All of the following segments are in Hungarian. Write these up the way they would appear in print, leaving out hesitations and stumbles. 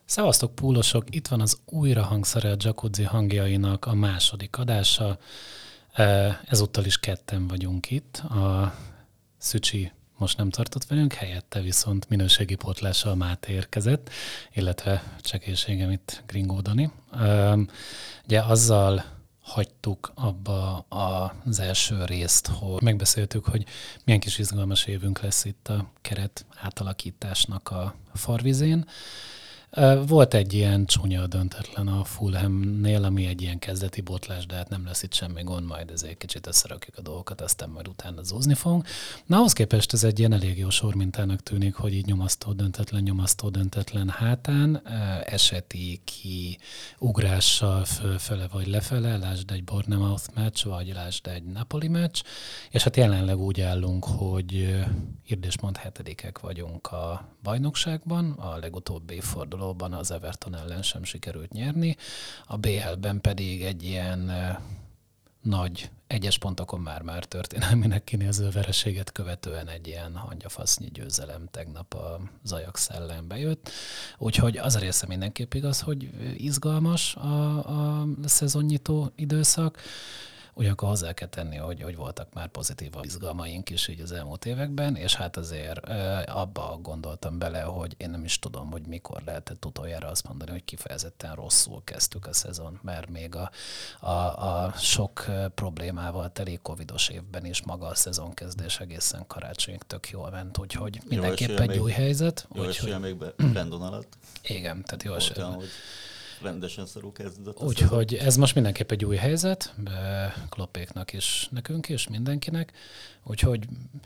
Szevasztok, púlosok! Itt van az újra hangszerelt Jacuzzi hangjainak a második adása. Ezúttal is ketten vagyunk itt. A Szücsi most nem tartott velünk, helyette viszont minőségi pótlással Máté érkezett, illetve csekélységem itt Gringó Dani. Ugye azzal hagytuk abba az első részt, hogy megbeszéltük, hogy milyen kis izgalmas évünk lesz itt a keret átalakításnak a farvizén. Volt egy ilyen csúnya döntetlen a Fulhamnél, ami egy ilyen kezdeti botlás, de hát nem lesz itt semmi gond, majd ezért kicsit összerakjuk a dolgokat, aztán majd utána zúzni fogunk. Na, ahhoz képest ez egy ilyen elég jó sormintának tűnik, hogy így nyomasztó döntetlen hátán, eseti kiugrással fölfele vagy lefele, lásd egy Bournemouth meccs, vagy lásd egy Napoli meccs, és hát jelenleg úgy állunk, hogy Érdésmond 7-ek vagyunk a bajnokságban, a legutóbbi fordulóban az Everton ellen sem sikerült nyerni, a BL-ben pedig egy ilyen nagy egyes pontokon már történelminek kinéző vereséget követően egy ilyen hangyafasznyi győzelem tegnap az Ajax ellen bejött. Úgyhogy az a része mindenképp igaz, hogy izgalmas a szezonnyitó időszak. Ugyanakkor hozzá kell tenni, hogy voltak már pozitív izgalmaink is így az elmúlt években, és hát azért abba gondoltam bele, hogy én nem is tudom, hogy mikor lehetett utoljára azt mondani, hogy kifejezetten rosszul kezdtük a szezon, mert még a sok problémával teli covidos évben is maga a szezonkezdés egészen karácsonyig tök jól ment, úgyhogy mindenképp egy új helyzet. Jó esélye még Brandon alatt. Igen, tehát jó esélye. Rendesen szorú kezdődött. Úgyhogy ez most mindenképp egy új helyzet, Kloppéknak is, nekünk is, mindenkinek. Úgyhogy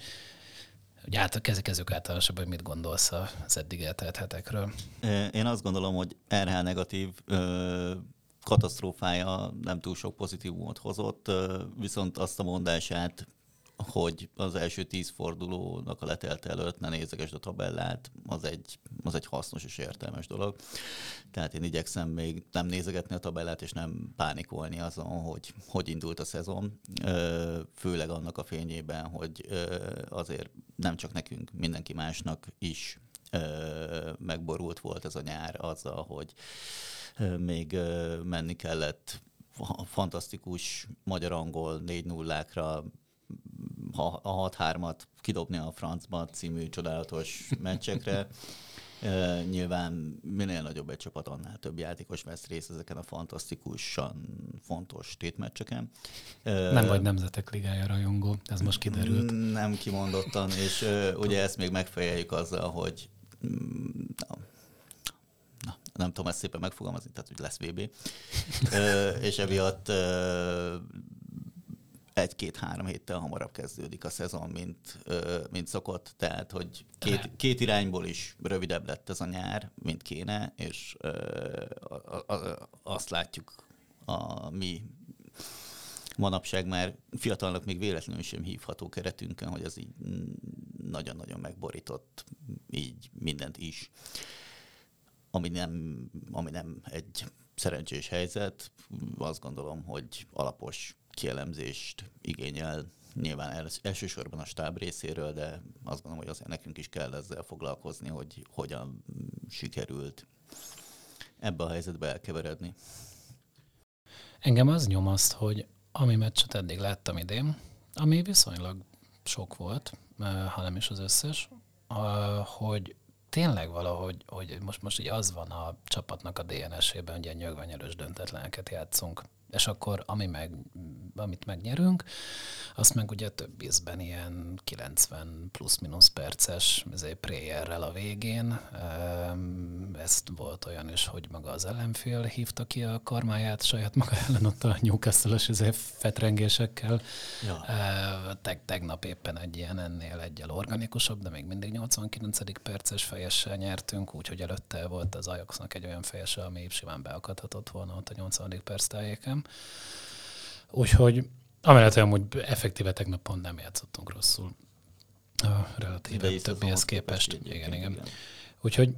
kezdjük általánosabban, hogy mit gondolsz az eddig eltelt hetekről. Én azt gondolom, hogy RH negatív katasztrófája nem túl sok pozitívumot hozott, viszont azt a mondását, hogy az első 10 fordulónak a letelte előtt ne nézegesd a tabellát, az egy hasznos és értelmes dolog. Tehát én igyekszem még nem nézegetni a tabellát, és nem pánikolni azon, hogy indult a szezon. Főleg annak a fényében, hogy azért nem csak nekünk, mindenki másnak is megborult volt ez a nyár azzal, hogy még menni kellett fantasztikus magyar-angol 4-0-ákra, a 6-3-at kidobni a francba című csodálatos meccsekre. Nyilván minél nagyobb egy csapat, annál több játékos vesz részt ezeken a fantasztikusan fontos tétmeccseken. Nem vagy Nemzetek Ligája rajongó, ez most kiderült. Nem kimondottan, és ugye ezt még megfejeljük azzal, hogy nem tudom ezt szépen megfogalmazni, tehát hogy lesz VB. És emiatt 1-2-3 héttel hamarabb kezdődik a szezon, mint szokott. Tehát, hogy két irányból is rövidebb lett ez a nyár, mint kéne, és azt látjuk a mi manapság már fiatalnak még véletlenül sem hívható keretünkön, hogy ez így nagyon-nagyon megborított így mindent is. Ami nem egy szerencsés helyzet, azt gondolom, hogy alapos kielemzést igényel nyilván elsősorban a stáb részéről, de azt gondolom, hogy azért nekünk is kell ezzel foglalkozni, hogy hogyan sikerült ebbe a helyzetbe elkeveredni. Engem az nyomaszt, hogy ami meccset eddig láttam idén, ami viszonylag sok volt, ha nem is az összes, hogy tényleg valahogy, hogy most így az van a csapatnak a DNS-ében, hogy ilyen nyögvenyelős döntetleneket játszunk. És akkor amit megnyerünk, azt meg ugye több ízben ilyen 90 plusz-minusz perces prayerrel a végén. Ezt volt olyan is, hogy maga az ellenfél hívta ki a karmáját saját maga ellen ott a Newcastle-os fetrengésekkel. Ja. Tegnap éppen egy ilyen ennél egyel organikusabb, de még mindig 89. perces fejessel nyertünk, úgyhogy előtte volt az Ajaxnak egy olyan fejese, ami simán beakadhatott volna ott a 80. perc tájéken. Úgyhogy amellett olyan, hogy effektíve tegnap pont nem játszottunk rosszul a relatíve többihez képest. Igen. Úgyhogy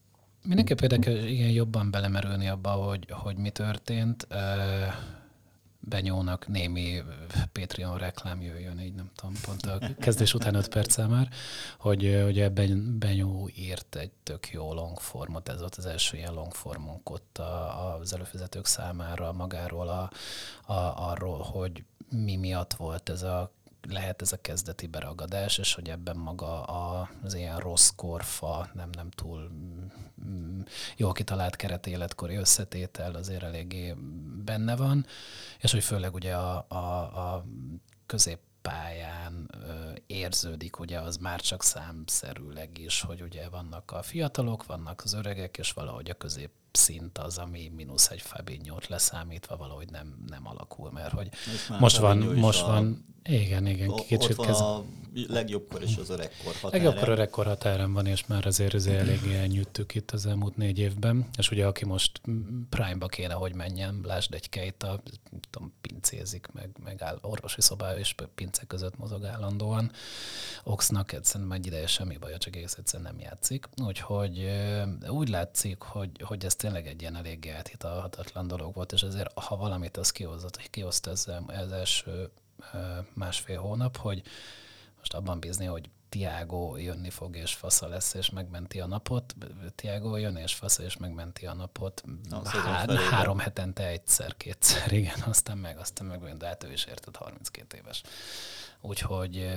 mindenképp érdekel igen, jobban belemerülni abba, hogy mi történt. Benyónak némi Patreon reklám jöjjön, így nem tudom, pont a kezdés után 5 perccel már, hogy ugye Benyó írt egy tök jó longformot, ez volt az első ilyen longformunk ott az előfizetők számára magáról, arról, hogy mi miatt volt lehet ez a kezdeti beragadás, és hogy ebben maga az ilyen rossz korfa, nem túl jól kitalált keretéletkori összetétel azért eléggé benne van, és hogy főleg ugye a középpályán érződik, ugye az már csak számszerűleg is, hogy ugye vannak a fiatalok, vannak az öregek, és valahogy a középszint az, ami -1 Fabinho-t leszámítva valahogy nem alakul, mert hogy most van, igen, kicsit ott van a legjobbkor és az öregkor határán. Legjobbkor öregkor határán van, és már azért eléggé elnyűttük itt az elmúlt 4 évben, és ugye aki most Prime-ba kéne, hogy menjen, lásd egy Keita, pincézik, meg áll orvosi szobája, és pince között mozog állandóan. Oxnak egyszerűen egy ideje semmi baja, csak egész egyszerűen nem játszik. Úgyhogy úgy látszik, hogy ez tényleg egy ilyen eléggé áthitalhatatlan dolog volt, és ezért, ha valamit az kihozt az első 1,5 hónap, hogy most abban bízni, hogy Thiago jönni fog és fasza lesz, és megmenti a napot. Thiago jön és fasza, és megmenti a napot. 3 hetente egyszer-kétszer, igen, aztán meg, de hát ő is érted, 32 éves. Úgyhogy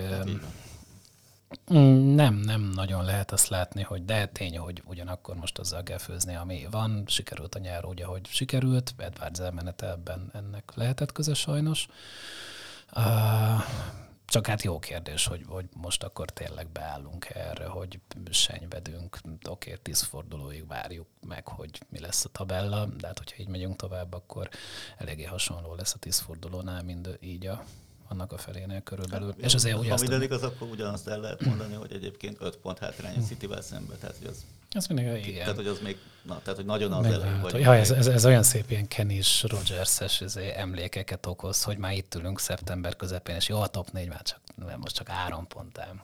nem nagyon lehet azt látni, hogy de tény, hogy ugyanakkor most azzal kell főzni, ami van. Sikerült a nyár úgy, ahogy sikerült. Edwards elmenete ebben ennek lehetett köze sajnos. Csak hát jó kérdés, hogy most akkor tényleg beállunk erre, hogy senyvedünk, oké, 10 fordulóig várjuk meg, hogy mi lesz a tabella, de hát hogyha így megyünk tovább, akkor eléggé hasonló lesz a 10 fordulónál, mind így annak a felénél körülbelül. Hát, és azért ha minden igaz, akkor ugyanazt el lehet mondani, hogy egyébként 5 pont hátrány a Cityvel szemben, tehát hogy az mindig, igen. Tehát, hogy az még, tehát, hogy nagyon az elég vagy. Ja, ez olyan szép ilyen Kenny-s, Rodgers-es emlékeket okoz, hogy már itt ülünk szeptember közepén, és jó, a top 4 már most csak 3 pont ám.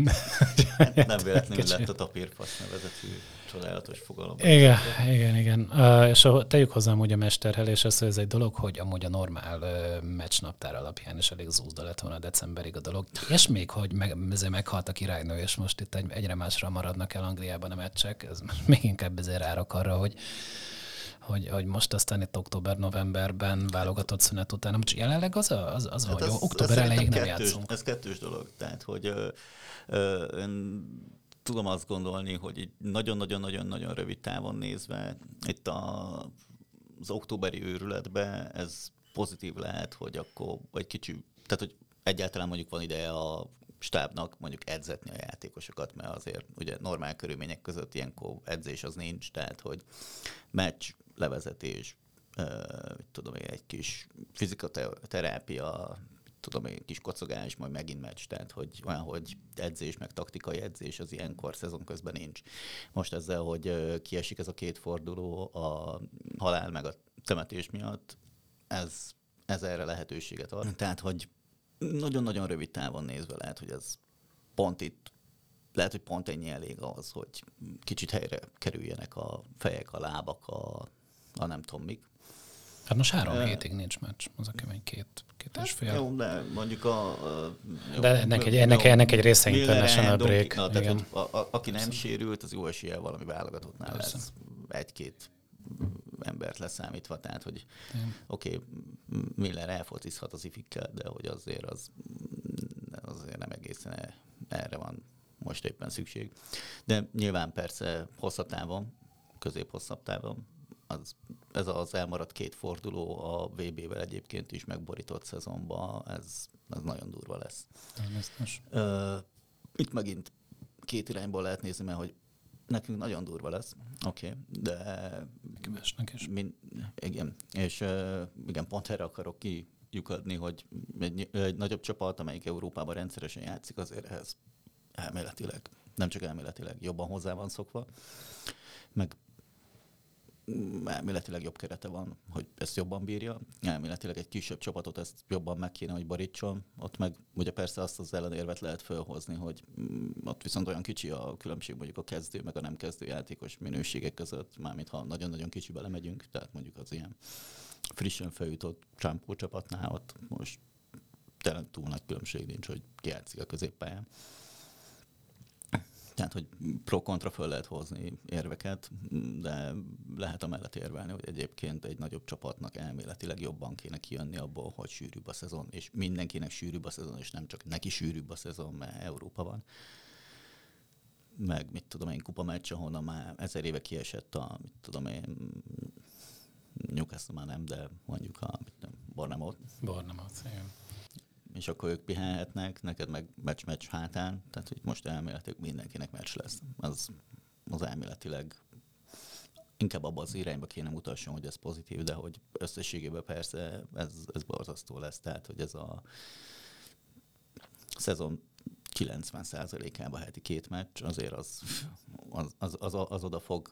Nem véletlenül lett a tapírfasz nevezetű csodálatos fogalom. Igen. És tegyük hozzá amúgy a mesterhelés, hogy ez egy dolog, hogy amúgy a normál meccsnaptár alapján is elég zúzda lett volna decemberig a dolog. És még, hogy ezért meghalt a királynő, és most itt egyre másra maradnak el Angliában a meccsek, ez még inkább ezért rárak arra, hogy most aztán itt október-novemberben válogatott szünet után. Most jelenleg az hát van, hogy október elejéig nem játszunk. Ez kettős dolog. Tehát, hogy ön tudom azt gondolni, hogy így nagyon-nagyon-nagyon rövid távon nézve itt az októberi őrületben ez pozitív lehet, hogy akkor egy kicsi, tehát hogy egyáltalán mondjuk van ideje a stábnak mondjuk edzetni a játékosokat, mert azért ugye normál körülmények között ilyenkor edzés az nincs, tehát hogy meccs, levezetés, tudom én, egy kis fizikaterápia, tudom én, kis kocogás, majd megint meccs, tehát hogy olyan, hogy edzés, meg taktikai edzés az ilyenkor szezon közben nincs. Most ezzel, hogy kiesik ez a 2 forduló a halál meg a temetés miatt, ez erre lehetőséget ad. Tehát, hogy nagyon-nagyon rövid távon nézve lehet, hogy ez pont itt, lehet, hogy pont ennyi elég ahhoz, hogy kicsit helyre kerüljenek a fejek, a lábak, a nem tudom mik. Hát most 3 hétig nincs meccs, az a kemény 2 és fél. Jó, de mondjuk jó, de ennek egy része international break. Na, tehát, aki nem sérült, az jó eséllyel valami válogatottnál lesz 1-2 embert leszámítva, tehát, hogy oké, Miller elfocizhat az ifikkel, de hogy azért nem egészen erre van most éppen szükség. De nyilván persze hosszabb távon, közép-hosszabb távon, ez az elmaradt 2 forduló a VB-vel egyébként is megborított szezonban, ez nagyon durva lesz. Itt megint 2 irányból lehet nézni, mert hogy nekünk nagyon durva lesz, oké, de... Kövesnek is. Igen, és igen, pont erre akarok kiukadni, hogy egy nagyobb csapat, amelyik Európában rendszeresen játszik, azért ehhez elméletileg, nem csak elméletileg, jobban hozzá van szokva, meg elméletileg jobb kerete van, hogy ezt jobban bírja. Elméletileg egy kisebb csapatot ezt jobban meg kéne, hogy borítson. Ott meg ugye persze azt az ellenérvet lehet fölhozni, hogy ott viszont olyan kicsi a különbség mondjuk a kezdő meg a nem kezdő játékos minőségek között, mármint ha nagyon-nagyon kicsi belemegyünk, tehát mondjuk az ilyen frissen feljutott csámpó csapatnál ott most tényleg túl nagy különbség nincs, hogy ki játszik a középpályán. Tehát, hogy pro-kontra föl lehet hozni érveket, de lehet amellett érvelni, hogy egyébként egy nagyobb csapatnak elméletileg jobban kéne kijönni abból, hogy sűrűbb a szezon, és mindenkinek sűrűbb a szezon, és nem csak neki sűrűbb a szezon, mert Európa van. Meg mit tudom én, kupameccs, ahonnan már 1000 éve kiesett a, mit tudom én, Newcastle már nem, de mondjuk a Bournemouth. Bournemouth, igen. És akkor ők pihenhetnek, neked meg meccs hátán, tehát hogy most elméletileg mindenkinek meccs lesz. Az elméletileg inkább abban az irányba kéne mutasson, hogy ez pozitív, de hogy összességében persze ez borzasztó lesz, tehát hogy ez a szezon 90%-ában heti 2 meccs, azért az oda fog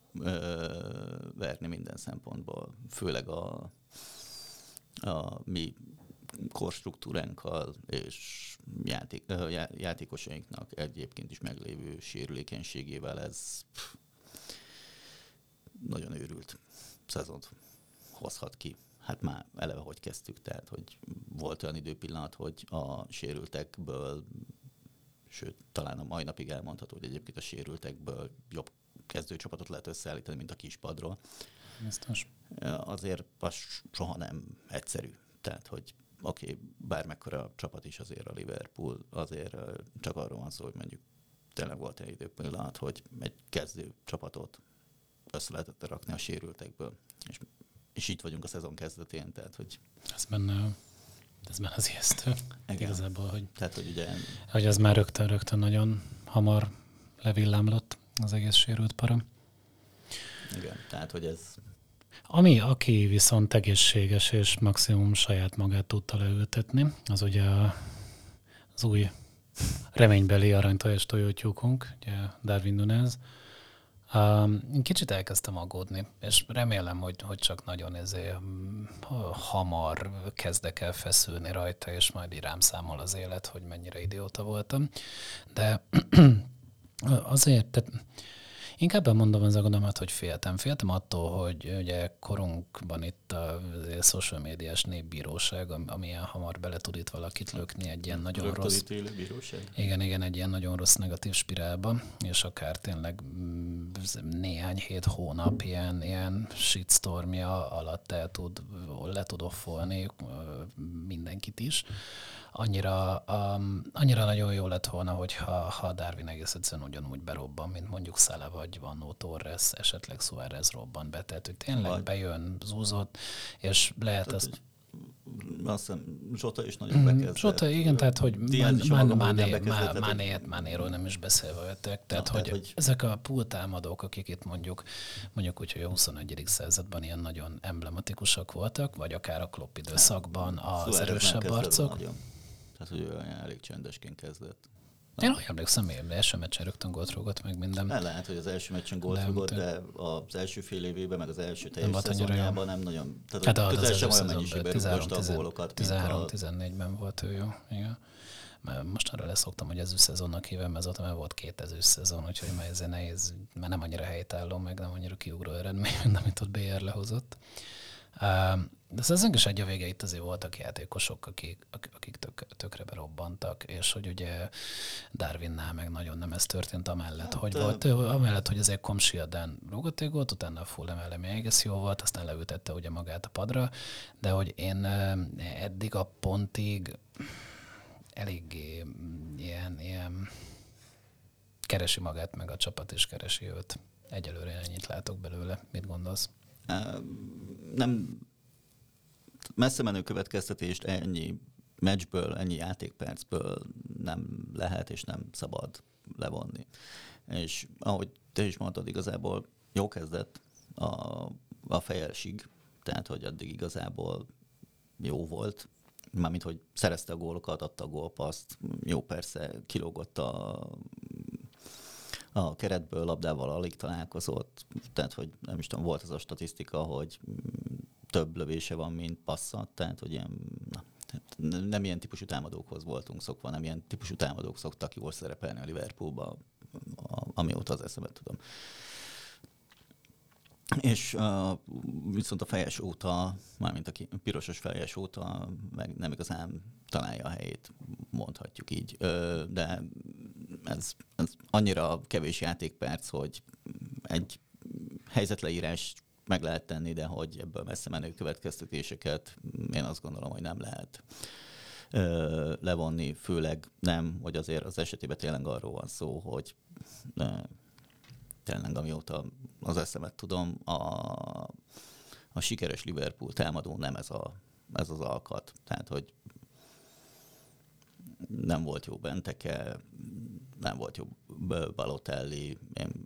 verni minden szempontból, főleg a mi korstruktúránkkal és játékosainknak egyébként is meglévő sérülékenységével ez nagyon őrült szezont hozhat ki. Hát már eleve hogy kezdtük, tehát hogy volt olyan időpillanat, hogy a sérültekből, sőt, talán a mai napig elmondható, hogy egyébként a sérültekből jobb kezdőcsapatot lehet összeállítani, mint a kispadról. Biztos. Azért az soha nem egyszerű. Tehát, hogy oké, bármekkora csapat is azért a Liverpool, azért csak arról van szó, hogy mondjuk tényleg volt egy időpillanat, hogy egy kezdő csapatot össze lehetett rakni a sérültekből. És itt vagyunk a szezon kezdetén, tehát, hogy... Ez benne az ijesztő. Igen. Igazából, hogy, tehát, hogy ugye... hogy ez már rögtön nagyon hamar levillámlott az egész sérült para. Igen, tehát, hogy ez... Aki viszont egészséges és maximum saját magát tudta leültetni, az ugye az új reménybeli aranytojás tojótyúkunk, ugye Darwin Núñez. Én kicsit elkezdtem aggódni, és remélem, hogy csak nagyon hamar kezdek el feszülni rajta, és majd így rám számol az élet, hogy mennyire idióta voltam. De azért, tehát inkább elmondom az aggodalmat, hogy féltem. Féltem attól, hogy ugye korunkban itt a social médiás népbíróság, amilyen hamar bele tud itt valakit lökni egy ilyen nagyon rossz... bíróság? Igen, egy ilyen nagyon rossz negatív spirálba, és akár tényleg néhány hónap ilyen shitstormja alatt le tud offolni mindenkit is. Annyira nagyon jó lett volna, hogyha Darwin egész egyszerűen ugyanúgy berobban, mint mondjuk Salah vagy Vannó Torres, esetleg Suárez robban be, tehát hogy tényleg bejön, zúzott, és lehet azt... Azt hiszem, Zsota is nagyon bekezdett. Zsota, igen, tehát hogy Mánéról nem is beszélve jöttek, tehát hogy ezek a pultámadók, akik itt mondjuk úgy, hogy a 21. században ilyen nagyon emblematikusak voltak, vagy akár a Klopp időszakban az erősebb arcok. Tehát, hogy olyan elég csendesként kezdett. Én úgy emlékszem, hogy első meccsen rögtön gólt rúgott meg minden. Lehet, hogy az első meccsen gólt rúgott, de az első fél évében, meg az első teljes szezonjában nem nagyon. Tehát hát közel sem olyan mennyiségben rúgdosta a gólokat. 13-14-ben volt ő jó. Igen. Mert most arra leszoktam, hogy ezüst szezonnak hívem, ez ott már volt 2 ezüst szezon, úgyhogy már ez nehéz, mert nem annyira helytálló, meg nem annyira kiugró eredmény, mint amit ott BR lehozott. De szezonunk is egy a vége itt azért voltak játékosok, akik tökre berobbantak, és hogy ugye Darwinnál meg nagyon nem ez történt, amellett, hogy azért Komsiadán rúgott egy gólt, utána a Fulham ellen egész jó volt, aztán leültette ugye magát a padra, de hogy én eddig a pontig eléggé ilyen keresi magát, meg a csapat is keresi őt. Egyelőre ennyit látok belőle. Mit gondolsz? Nem messze menő következtetést ennyi meccsből, ennyi játékpercből nem lehet és nem szabad levonni. És ahogy te is mondtad, igazából jó kezdett a fejelsig, tehát hogy addig igazából jó volt, mármint hogy szerezte a gólokat, adta a gólpasszt, jó persze kilógott a keretből labdával alig találkozott, tehát hogy nem is tudom, volt az a statisztika, hogy több lövése van, mint passzat, tehát hogy ilyen, nem ilyen típusú támadókhoz voltunk szokva, nem ilyen típusú támadók szoktak jól szerepelni a Liverpoolba, amióta az eszembe tudom. És viszont a fejes óta, mármint a pirosos fejes óta meg nem igazán találja a helyét, mondhatjuk így. De ez annyira kevés játékperc, hogy egy helyzetleírás meg lehet tenni, de hogy ebből messze menő következtetéseket én azt gondolom, hogy nem lehet levonni, főleg nem, hogy azért az esetében tényleg arról van szó, hogy tényleg amióta az eszemet tudom, a sikeres Liverpool támadó nem ez az alkat. Tehát, hogy nem volt jó Benteke, nem volt jó Balotelli,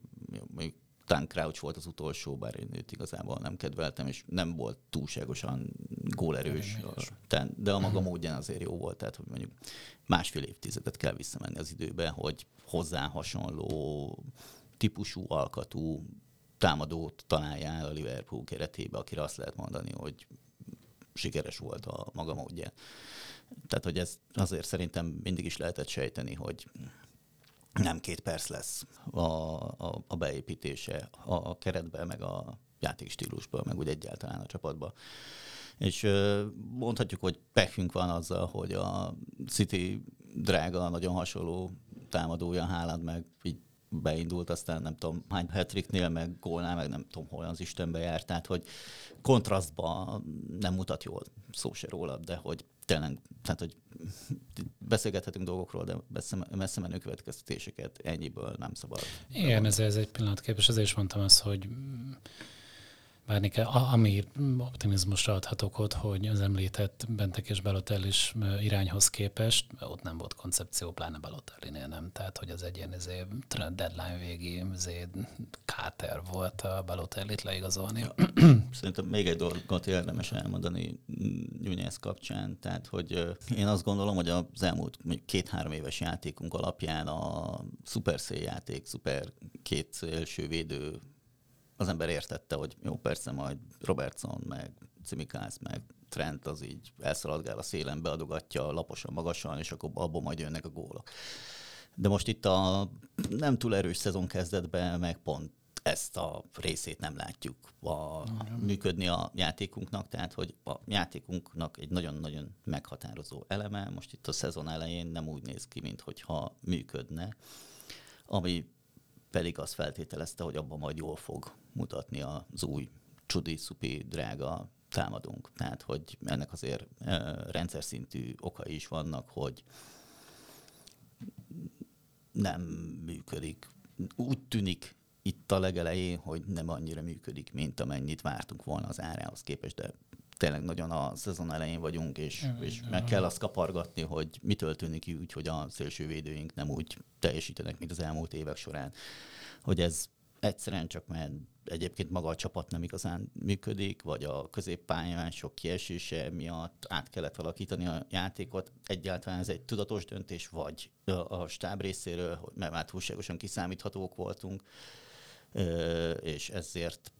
talán Crouch volt az utolsó, bár én őt igazából nem kedveltem, és nem volt túlságosan gólerős. De a maga módján azért jó volt, tehát hogy mondjuk másfél évtizedet kell visszamenni az időbe, hogy hozzá hasonló típusú, alkatú támadót találjál a Liverpool keretébe, akire azt lehet mondani, hogy sikeres volt a maga módján. Tehát, hogy ez azért szerintem mindig is lehetett sejteni, hogy nem 2 perc lesz a beépítése a keretbe, meg a játékstílusba, meg úgy egyáltalán a csapatba. És mondhatjuk, hogy pehünk van azzal, hogy a City drága, nagyon hasonló támadója, Haaland meg így beindult, aztán nem tudom hány hat-tricknél, meg gólnál, meg nem tudom hol az Istenbe járt, tehát hogy kontrasztban nem mutat jól, szó se róla, de hogy tényleg, tehát hogy beszélgethetünk dolgokról, de messze menő következtetéseket ennyiből nem szabad. Igen, ez egy pillanatkép, és azért is mondtam azt, hogy várni kell, ami optimizmusra adhatok ott, hogy az említett Bentek és Balotellis irányhoz képest, ott nem volt koncepció, pláne Balotellinél nem, tehát hogy az egy ilyen deadline végi káter volt a Balotellit leigazolni. Szerintem még egy dolgot érdemes elmondani Nunez kapcsán, tehát hogy én azt gondolom, hogy az elmúlt 2-3 éves játékunk alapján a szuper széljáték, szuper két szélső védő, az ember értette, hogy jó, persze majd Robertson, meg Tsimikas, meg Trent az így elszaladgál a szélen, beadogatja laposan, magasan, és akkor abból majd jönnek a gólok. De most itt a nem túl erős szezon kezdetben meg pont ezt a részét nem látjuk működni a játékunknak, tehát hogy a játékunknak egy nagyon-nagyon meghatározó eleme, most itt a szezon elején nem úgy néz ki, mintha működne, ami pedig azt feltételezte, hogy abban majd jól fog mutatni az új csudi-szupi drága támadónk. Tehát, hogy ennek azért rendszer szintű okai is vannak, hogy nem működik. Úgy tűnik itt a legelején, hogy nem annyira működik, mint amennyit vártunk volna az árához képest, de tényleg nagyon a szezon elején vagyunk, és meg kell azt kapargatni, hogy mitől tűnik úgy, hogy a szélsővédőink nem úgy teljesítenek, mint az elmúlt évek során. Hogy ez egyszerűen csak mert egyébként maga a csapat nem igazán működik, vagy a középpályán sok kiesése miatt át kellett alakítani a játékot. Egyáltalán ez egy tudatos döntés, vagy a stáb részéről, mert már túlságosan kiszámíthatók voltunk, és ezért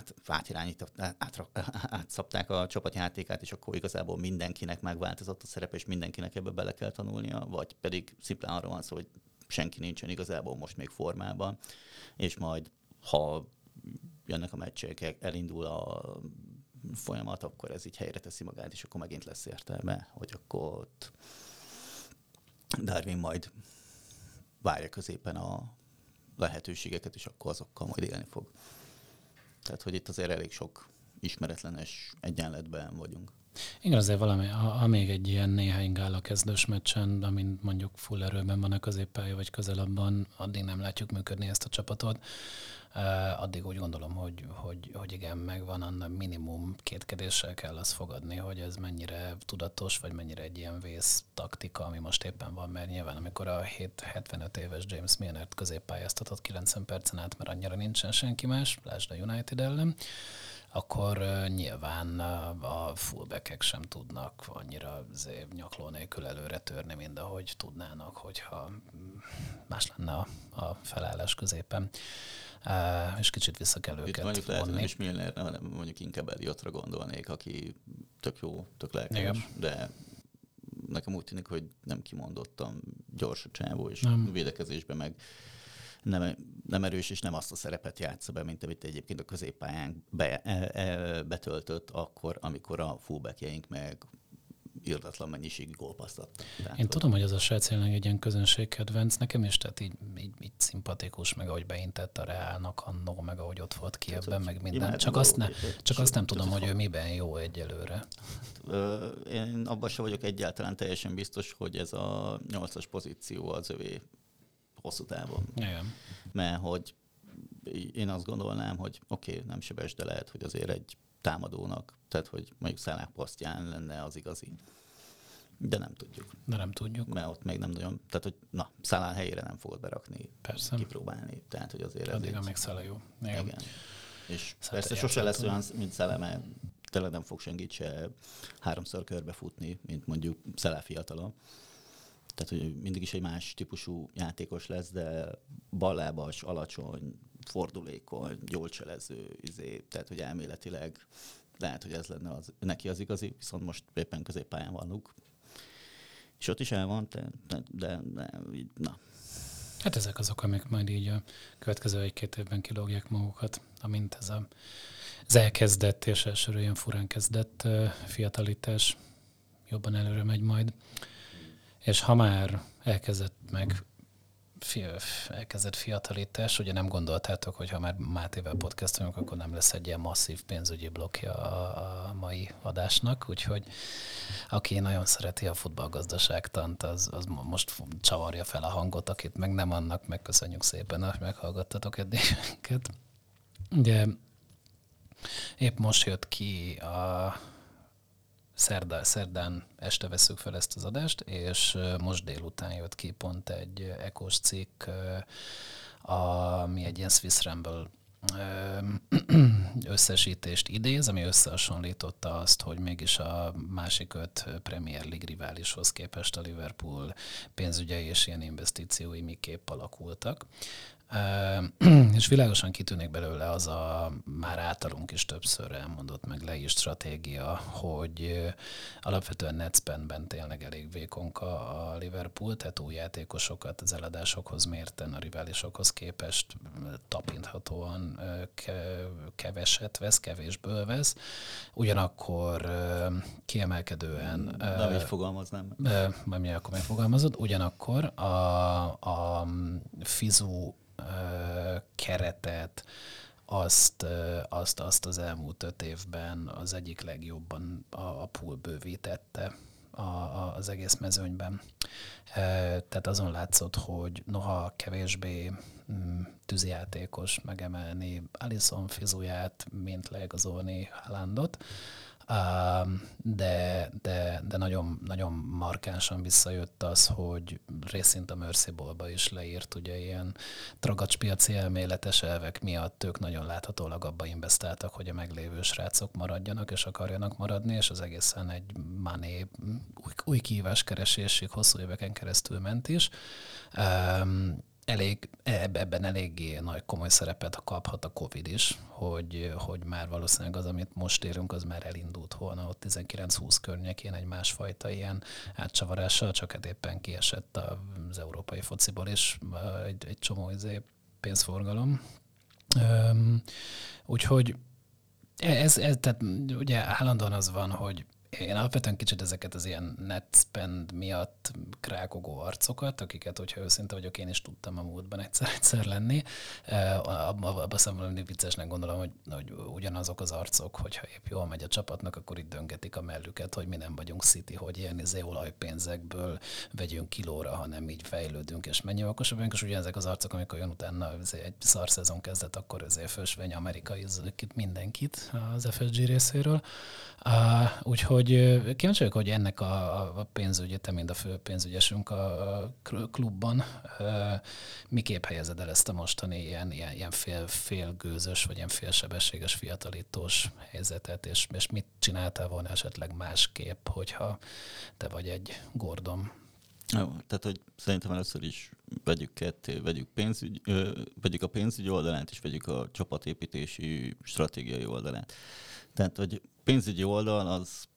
átszabták a csapatjátékát, és akkor igazából mindenkinek megváltozott a szerep, és mindenkinek ebbe bele kell tanulnia, vagy pedig szimplán arról van szó, hogy senki nincsen igazából most még formában, és majd, ha jönnek a meccsek, elindul a folyamat, akkor ez így helyre teszi magát, és akkor megint lesz értelme, hogy akkor ott Darwin majd várja középen a lehetőségeket, és akkor azokkal majd élni fog. Tehát, hogy itt azért elég sok ismeretlenes egyenletben vagyunk. Igen, azért valami, ha még egy ilyen néhány gála kezdős meccsen, amin mondjuk full erőben van a középpálya, vagy közelabban, addig nem látjuk működni ezt a csapatot. Addig úgy gondolom, hogy igen, megvan, annak minimum kétkedéssel kell azt fogadni, hogy ez mennyire tudatos, vagy mennyire egy ilyen vész taktika, ami most éppen van, mert nyilván amikor a 75 éves James Milnert középpályáztatott 90 percen át, mert annyira nincsen senki más, lásd a United ellen, akkor nyilván a fullbackek sem tudnak annyira nyakló nélkül előre törni, mint ahogy tudnának, hogyha más lenne a felállás középen. És kicsit vissza kell őket mondjuk lehet, hogy vonni. nem is Milner, hanem mondjuk inkább Elliotra gondolnék, aki tök jó, tök lelkeses, de nekem úgy tűnik, hogy nem kimondottan gyors a csávó, és védekezésben meg nem erős, és nem azt a szerepet játsza be, mint amit egyébként a középpályán betöltött akkor, amikor a fullbackjeink meg irdatlan mennyiségű gólpaszt adtak. Én tudom, hogy az a srác jelenleg egy ilyen közönségkedvenc, nekem is, tehát így szimpatikus, meg ahogy beintett a Reálnak annó, meg ahogy ott volt ki ebben, meg minden. Csak azt nem tudom, hogy ő miben jó egyelőre. Én abban sem vagyok egyáltalán teljesen biztos, hogy ez a 8-as pozíció az övé hosszú távon. Igen. Mert hogy én azt gondolnám, hogy oké, nem sebes, de lehet, hogy azért egy támadónak, tehát hogy mondjuk Salah posztján lenne az igazi. De nem tudjuk. Mert ott még nem nagyon, tehát hogy Salah helyére nem fogod berakni, persze. Kipróbálni. Tehát, hogy azért addig, amíg Salah jó. Igen. És persze sose lesz olyan, mint Salah, mert tényleg nem fog senkit se 3-szor körbefutni, mint mondjuk Salah fiatala. Tehát, hogy mindig is egy más típusú játékos lesz, de ballábas, alacsony, fordulékony, jól cselező, tehát, hogy elméletileg lehet, hogy ez lenne neki az igazi, viszont most éppen középpályán van Luke. És ott is el van, de na. Hát ezek azok, amik majd így a következő 1-2 évben kilógják magukat, amint ez az elkezdett és elsőről ilyen furán kezdett fiatalítás jobban előre megy majd. És ha már elkezdett fiatalítás, ugye nem gondoltátok, hogy ha már Mátével podcastolunk, akkor nem lesz egy ilyen masszív pénzügyi blokkja a mai adásnak, úgyhogy aki nagyon szereti a futballgazdaságtant, az most csavarja fel a hangot, akit meg nem, annak megköszönjük szépen, hogy meghallgattatok eddig minket. Ugye épp most jött ki a szerdán este vesszük fel ezt az adást, és most délután jött ki pont egy Echo-s cikk, ami egy ilyen Swiss Ramble összesítést idéz, ami összehasonlította azt, hogy mégis a másik 5 Premier League riválishoz képest a Liverpool pénzügyei és ilyen investíciói miképp alakultak. És világosan kitűnik belőle az a már általunk is többször elmondott, meg leírt stratégia, hogy alapvetően netspendben tényleg elég vékonka a Liverpool, tehát új játékosokat az eladásokhoz mérten a riválisokhoz képest tapinthatóan keveset vesz, kevésből vesz. Ugyanakkor kiemelkedően... Nem így fogalmaznám. Majd mi akkor megfogalmazod. Ugyanakkor a Fizu keretet, azt az elmúlt 5 évben az egyik legjobban a pool bővítette az egész mezőnyben. Tehát azon látszott, hogy noha kevésbé tűzijátékos megemelni Alisson Fizuját, mint leigazolni Haalandot, de nagyon, nagyon markánsan visszajött az, hogy részint a Mercy Ballba is leírt, ugye ilyen tragacspiaci elméletes elvek miatt ők nagyon láthatólag abba investáltak, hogy a meglévő srácok maradjanak és akarjanak maradni, és az egészen egy Mané új kihíváskeresésig hosszú éveken keresztül ment is. Ebben eléggé nagy komoly szerepet kaphat a Covid is, hogy már valószínűleg az, amit most érünk, az már elindult volna ott 19-20 környékén egy másfajta ilyen átcsavarással, csak hát éppen kiesett az európai fociból is egy csomó pénzforgalom. Úgyhogy tehát ugye állandóan az van, hogy én alapvetően kicsit ezeket az ilyen net spend miatt krákogó arcokat, akiket, hogyha őszinte vagyok, én is tudtam a múltban egyszer lenni. Abban számomra mindig viccesnek gondolom, hogy ugyanazok az arcok, hogyha épp jól megy a csapatnak, akkor itt döngetik a mellüket, hogy mi nem vagyunk City, hogy ilyen olajpénzekből vegyünk kilóra, hanem így fejlődünk, és mennyi okosabbunk, és ugyanezek az arcok, amikor jön utána egy szar szezon kezdett, akkor fölsvény amerikai mindenkit az FSG részéről. Úgyhogy hogy kíváncsi vagyok, hogy ennek a pénzügyi, te mind a fő pénzügyesünk a klubban, miképp helyezed el ezt a mostani ilyen félgőzös, vagy ilyen félsebességes fiatalítós helyzetet, és mit csináltál volna esetleg másképp, hogyha te vagy egy Gordon? Jó, tehát, hogy szerintem először is vegyük ketté, vegyük a pénzügyi oldalát, és vegyük a csapatépítési stratégiai oldalát. Tehát, hogy pénzügyi oldal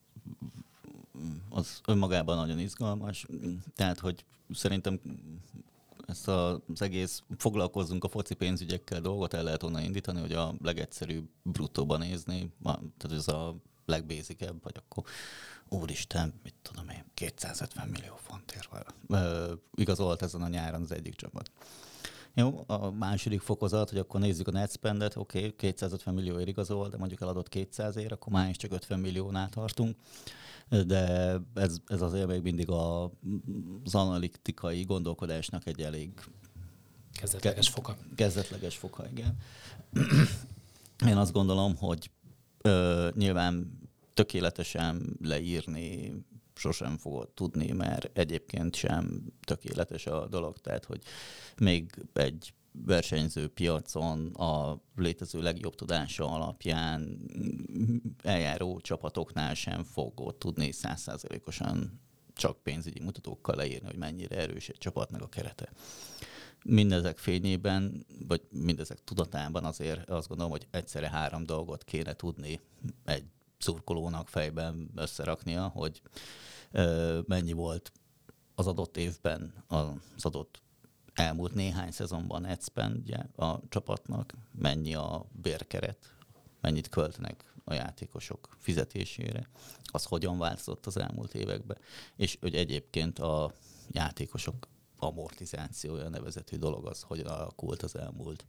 az önmagában nagyon izgalmas, tehát, hogy szerintem ezt az egész foglalkozzunk a foci pénzügyekkel dolgot el lehet onnan indítani, hogy a legegyszerűbb bruttóban nézni, tehát ez a legbézikebb, vagy akkor úristen, mit tudom én, 250 millió fontért igazolt ezen a nyáron az egyik csapat. Jó, a második fokozat, hogy akkor nézzük a net spendet, oké, 250 millióért igazol, de mondjuk eladott 200-ért, akkor már is csak 50 milliónál tartunk. De ez azért még mindig az analitikai gondolkodásnak egy elég kezdetleges foka, igen. Én azt gondolom, hogy nyilván tökéletesen leírni sosem fogod tudni, mert egyébként sem tökéletes a dolog. Tehát, hogy még egy versenyző piacon a létező legjobb tudása alapján eljáró csapatoknál sem fogod tudni 100%-osan csak pénzügyi mutatókkal leírni, hogy mennyire erős egy csapatnak a kerete. Mindezek fényében, vagy mindezek tudatában azért azt gondolom, hogy egyszerre 3 dolgot kéne tudni egy szurkolónak fejben összeraknia, hogy mennyi volt az adott évben az adott elmúlt néhány szezonban net spendje a csapatnak, mennyi a bérkeret, mennyit költenek a játékosok fizetésére, az hogyan változott az elmúlt években, és hogy egyébként a játékosok amortizációja nevezetű dolog az hogyan alakult az elmúlt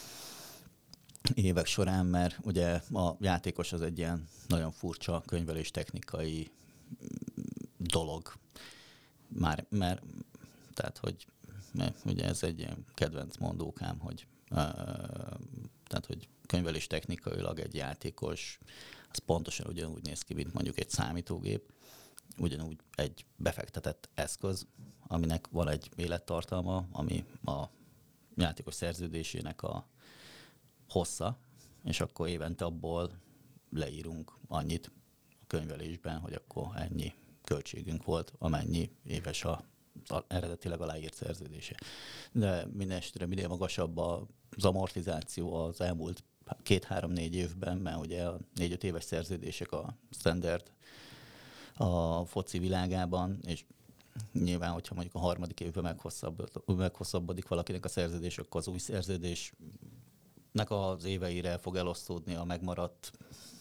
évek során, mert ugye a játékos az egy ilyen nagyon furcsa könyvelés technikai dolog. Mert tehát, hogy ugye ez egy ilyen kedvenc mondókám, hogy tehát, hogy könyvelés technikailag egy játékos az pontosan ugyanúgy néz ki, mint mondjuk egy számítógép, ugyanúgy egy befektetett eszköz, aminek van egy élettartalma, ami a játékos szerződésének a hossza, és akkor évente abból leírunk annyit a könyvelésben, hogy akkor ennyi költségünk volt, amennyi éves eredetileg aláírt szerződése. De minden esetre minél magasabb az amortizáció az elmúlt 2-3-4 évben, mert ugye a 4-5 éves szerződések a standard a foci világában, és nyilván, hogyha mondjuk a harmadik évben meghosszabbodik valakinek a szerződés, akkor az új szerződésnek az éveire fog elosztódni a megmaradt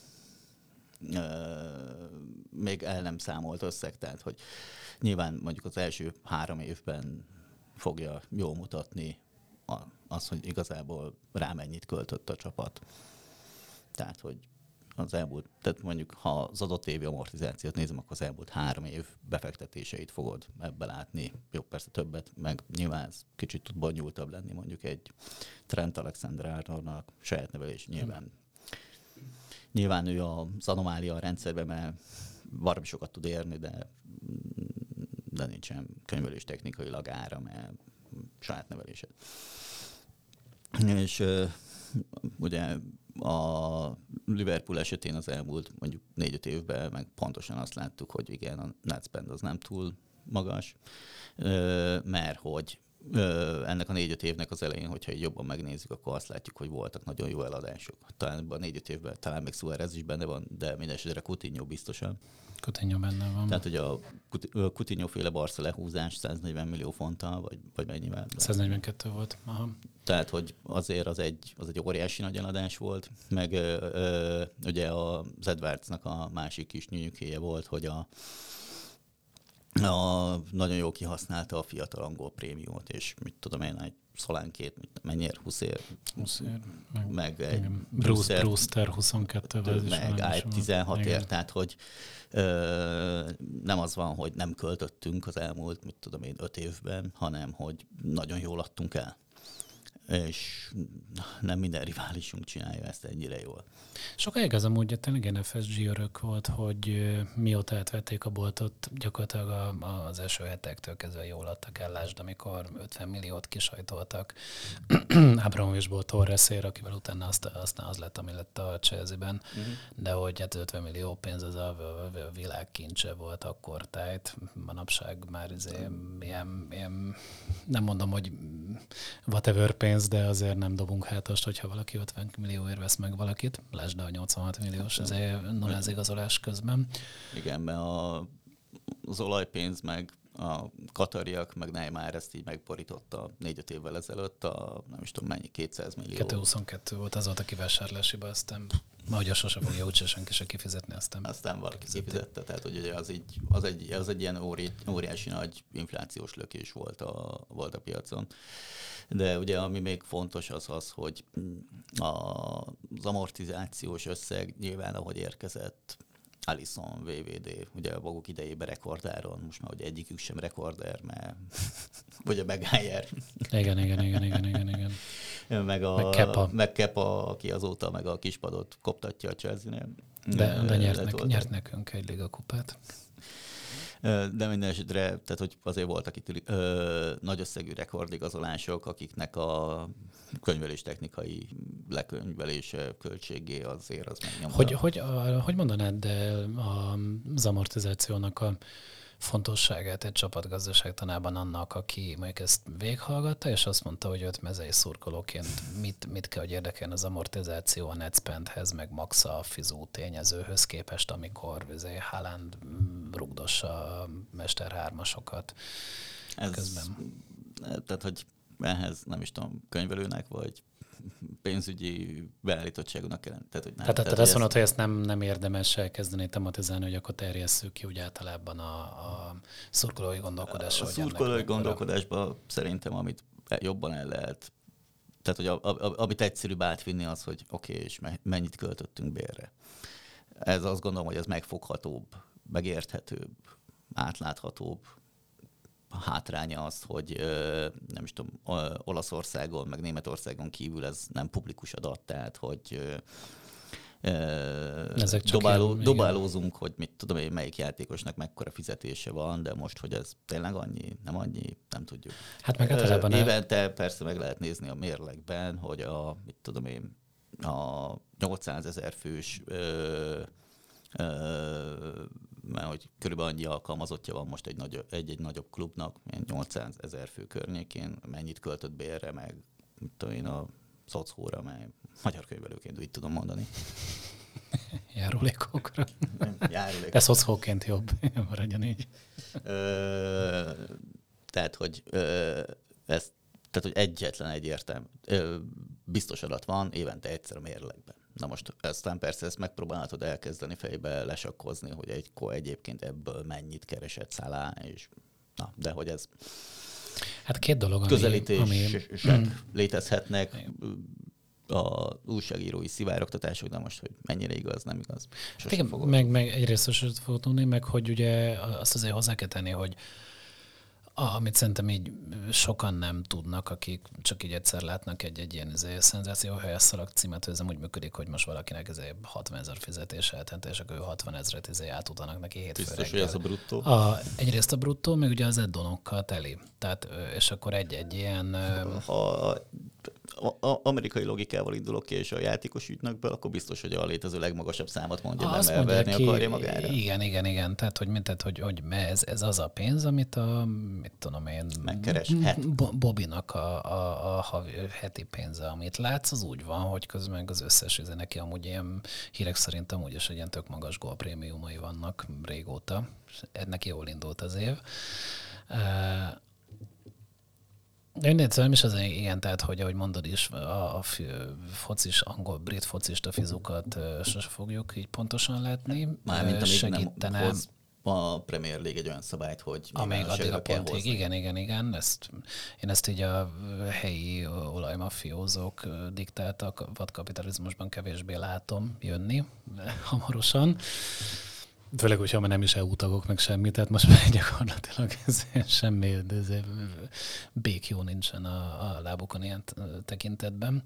még el nem számolt összeg, tehát hogy nyilván mondjuk az első 3 évben fogja jól mutatni az, hogy igazából rá mennyit költött a csapat. Tehát, hogy tehát mondjuk ha az adott évi amortizációt nézem, akkor az elmúlt 3 év befektetéseit fogod ebbe látni. Jó, persze többet, meg nyilván ez kicsit tud bonyolultabb lenni, mondjuk egy Trent Alexander-Arnoldnak saját nevelés Nyilván ő az anomália a rendszerben, mert valami sokat tud érni, de nincsen könyvelés technikailag ára, mert saját nevelése. És ugye a Liverpool esetén az elmúlt mondjuk 4-5 évben meg pontosan azt láttuk, hogy igen, a net spend az nem túl magas, mert hogy ennek a 4-5 évnek az elején, hogyha így jobban megnézzük, akkor azt látjuk, hogy voltak nagyon jó eladások. Talán ebben a 4-5 évben talán még Suárez is benne van, de mindenesetre Coutinho biztosan. Coutinho benne van. Tehát, hogy a Coutinho-féle Barca lehúzás 140 millió fonttal, vagy mennyivel? 142 volt. Aha. Tehát, hogy azért az egy óriási nagy eladás volt, meg ugye az Edwardsnak a másik kis nyűnyükéje volt, hogy nagyon jól kihasználta a fiatal angol prémiumot, és mit tudom én, egy Szolánkét, mennyiért? 20 ér? Meg egy Brewster 22 meg egy 16 ér, tehát hogy nem az van, hogy nem költöttünk az elmúlt, mit tudom én, 5 évben, hanem hogy nagyon jól adtunk el. és nem minden riválisunk csinálja ezt ennyire jól. Sokáig az amúgy tényleg NFSG örök volt, hogy mióta átvették a boltot, gyakorlatilag az első hetektől kezdve jól adtak ellást, amikor 50 milliót kisajtoltak Abramovichból Torresért, akivel utána aztán az lett, ami lett a Chelsea-ben, de hogy hát 50 millió pénz az a világ kincse volt akkor, tehát manapság már ilyen, nem mondom, hogy whatever pénz, de azért nem dobunk hátast, hogyha valaki 50 millióért vesz meg valakit. Lásd a 86 milliós az igazolás közben. Igen, mert az olajpénz meg a katariak, meg Neymar ezt így megborította 4-5 évvel ezelőtt, nem is tudom mennyi, 200 millió. 222 volt, az volt a kivásárlásiba, aztán ma ugye sosem fogja úgyse senki se kifizetni, aztán valaki kifizette, tehát hogy ugye az egy ilyen óriási nagy inflációs lökés volt a piacon. De ugye ami még fontos az, hogy az amortizációs összeg nyilván ahogy érkezett, Alisson, VVD, ugye a maguk idejében rekordáron, most már ugye egyikük sem rekorder, mert vagy a Maguire. Igen. Meg Kepa, aki azóta meg a kispadot koptatja a Chelsea-nél. De nyert nekünk egy ligakupát. De minden esetre, tehát hogy azért voltak itt nagy összegű rekordigazolások, akiknek a könyvelés technikai lekönyvelése költségé azért az megnyomta. Hogy mondanád az amortizációnak a fontosságát egy csapatgazdaság tanában annak, aki mondjuk ezt végighallgatta, és azt mondta, hogy őt mezei szurkolóként mit kell, hogy érdekeljen az amortizáció a netspendhez, meg max a fizú tényezőhöz képest, amikor Haaland rugdossa a Mester 3-asokat közben. Tehát, hogy ehhez nem is tudom, könyvelőnek, vagy pénzügyi beállítottságúnak kell. Tehát azt mondod, hogy ezt nem érdemes elkezdeni tematizálni, hogy akkor terjesszük ki úgy általában a szurkolói gondolkodásra. A szurkolói gondolkodásban szerintem, amit jobban el lehet, tehát hogy amit egyszerűbb átvinni az, hogy oké, és mennyit költöttünk bérre. Ez azt gondolom, hogy ez megfoghatóbb, megérthetőbb, átláthatóbb. A hátránya az, hogy nem is tudom, Olaszországon, meg Németországon kívül ez nem publikus adat, tehát hogy dobálózunk, hogy mit tudom én, melyik játékosnak mekkora fizetése van, de most, hogy ez tényleg annyi, nem tudjuk. Hát meg általában évente persze meg lehet nézni a mérlegben, hogy a 800 000 fős mert hogy körülbelül annyi alkalmazottja van most egy nagyobb klubnak, 800 000 fő környékén, mennyit költött bérre, meg mit tudom én, a szocóra, meg magyar könyvelőként úgy tudom mondani. Járulékokra. De szocóként jobb, maradjon így. Tehát, hogy hogy egyetlen egyértelmű biztos adat van évente egyszer a mérlegben. Na most aztán persze ezt megpróbálhatod elkezdeni fejbe lesakkozni, hogy egyébként ebből mennyit keresett Salah, és de hogy ez hát két dolog, közelítések létezhetnek, a újságírói szivárogtatások, de most, hogy mennyire igaz, nem igaz. Igen, meg egyrészt sosem fogok tudni, meg hogy ugye azt azért hozzá kell tenni, hogy amit szerintem így sokan nem tudnak, akik csak így egyszer látnak egy ilyen szenzációhelyes szalagcímet, hogy ez úgy működik, hogy most valakinek 60 000 fizetése eltente, és akkor ő 60 000-et átutanak neki hétfőre. Biztos, hogy ez a bruttó? Egyrészt a bruttó, meg ugye az eddonokkal teli. Tehát, és akkor egy ilyen... Ha amerikai logikával indulok ki, és a játékos ütnek be, akkor biztos, hogy a létező legmagasabb számot mondja, nem elverni akarja magára. Igen. Tehát, hogy ez az a pénz, amit mit tudom én, megkereshet. Bobinak a heti pénze, amit látsz, az úgy van, hogy közben az összes neki amúgy ilyen hírek szerint amúgy is egy ilyen tök magas gólprémiumai vannak régóta. Neki jól indult az év. De nem is az ilyen, tehát, hogy ahogy mondod is, a brit focista fizukat sose fogjuk így pontosan látni. Mármint amíg nem hoz a Premier League egy olyan szabályt, hogy amíg addig a pontig. Igen. Én ezt így a helyi olajmafiózók diktáltak vadkapitalizmusban kevésbé látom jönni hamarosan. Főleg, hogyha már nem is EU tagok, meg semmi, tehát most már gyakorlatilag ez semmi békjó nincsen a lábukon ilyen tekintetben.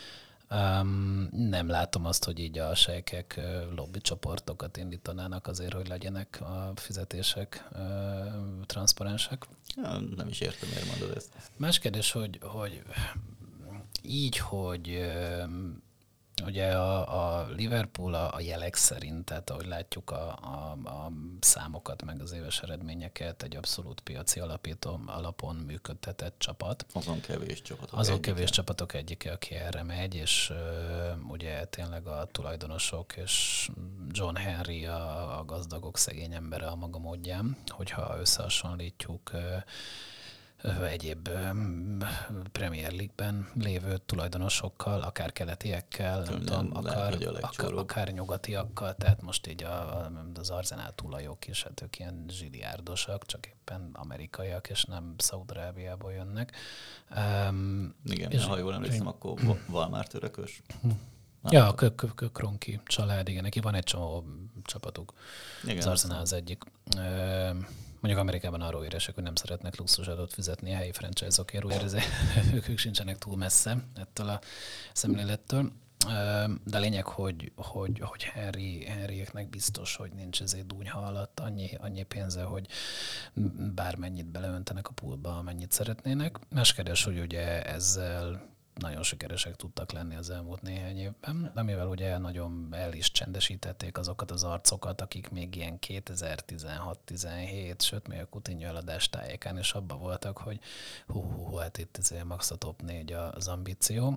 Nem látom azt, hogy így a sejkek lobby csoportokat indítanának azért, hogy legyenek a fizetések transzparensek. Ja, nem is értem, miért mondod ezt. Más kérdés, hogy így, hogy ugye a Liverpool a jelek szerint, tehát ahogy látjuk a számokat, meg az éves eredményeket, egy abszolút piaci alapon működtetett csapat. Azon kevés csapatok egyike, aki erre megy, és ugye tényleg a tulajdonosok, és John Henry a gazdagok szegény embere a maga módján, hogyha összehasonlítjuk egyéb Premier League-ben lévő tulajdonosokkal, akár keletiekkel, nem tudom, akár nyugatiakkal, tehát most így az Arsenal tulajok is, hát ők ilyen zsiliárdosak, csak éppen amerikaiak, és nem Szaúd-Arábiából jönnek. Igen, és ha jól emlékszem, akkor Walmart törökös. Ja, a Kronki család, igen, neki van egy csomó csapatuk. Igen, az Arsenal az egyik. Mondjuk Amerikában arról éresek, hogy nem szeretnek luxusadót fizetni a helyi franchise-okért, úgyhogy ők sincsenek túl messze ettől a szemlélettől. De a lényeg, hogy Henryeknek biztos, hogy nincs ezért dúnyha alatt annyi pénze, hogy bármennyit beleöntenek a poolba, amennyit szeretnének. Más kérdés, hogy ugye ezzel nagyon sikeresek tudtak lenni az elmúlt néhány évben, amivel ugye nagyon el is csendesítették azokat az arcokat, akik még ilyen 2016-17, sőt még a Coutinho eladás tájékán is abban voltak, hogy hát itt azért max a top 4 az ambíció.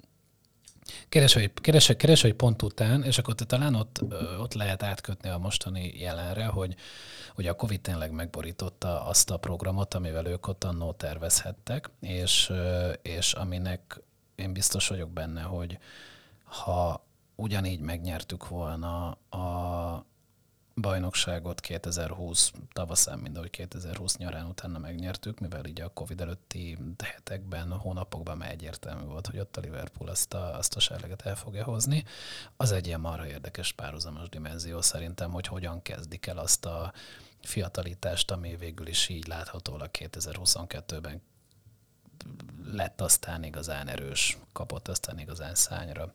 Keres, hogy pont után, és akkor talán ott lehet átkötni a mostani jelenre, hogy ugye a Covid tényleg megborította azt a programot, amivel ők ott annó tervezhettek, és aminek én biztos vagyok benne, hogy ha ugyanígy megnyertük volna a bajnokságot 2020 tavaszán, mint ahogy 2020 nyarán utána megnyertük, mivel így a Covid előtti hetekben, hónapokban már egyértelmű volt, hogy ott a Liverpool azt a serleget el fogja hozni. Az egy ilyen marha érdekes párhuzamos dimenzió szerintem, hogy hogyan kezdik el azt a fiatalitást, ami végül is így láthatólag 2022-ben lett aztán igazán erős, kapott aztán igazán szányra.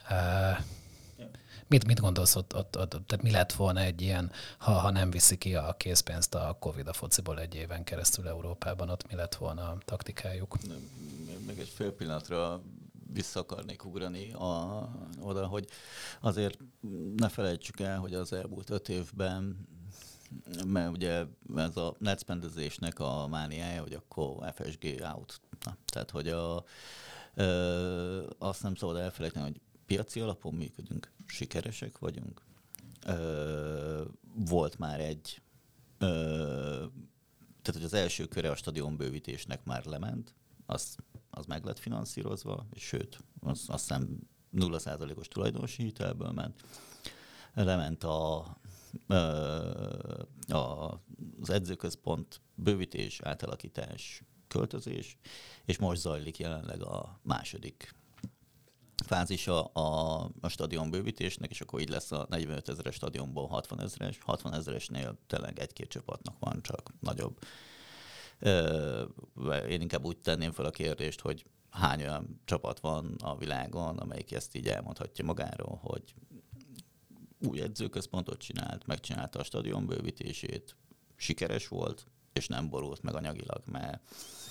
Mit gondolsz ott, tehát mi lett volna egy ilyen, ha nem viszi ki a készpénzt a Covid a fociból egy éven keresztül Európában, ott mi lett volna a taktikájuk? Még egy fél pillanatra vissza akarnék ugrani oda, hogy azért ne felejtsük el, hogy az elmúlt 5 évben, mert ugye ez a netspendezésnek a mániája, hogy akkor FSG out. Tehát, hogy azt nem szabad elfelejteni, hogy piaci alapon működünk, sikeresek vagyunk. Volt már egy, tehát hogy az első köre a stadionbővítésnek már lement, az meg lett finanszírozva, és sőt, azt hiszem 0%-os tulajdonosi hitelből ment. Lement az edzőközpont bővítés, átalakítás, költözés, és most zajlik jelenleg a második fázisa a stadion bővítésnek, és akkor így lesz a 45 000-es stadionból 60 000-es. 60 000-esnél tényleg egy-két csapatnak van csak nagyobb. Én inkább úgy tenném fel a kérdést, hogy hány olyan csapat van a világon, amelyik ezt így elmondhatja magáról, hogy új edzőközpontot csinált, megcsinálta a stadion bővítését, sikeres volt, és nem borult meg anyagilag, mert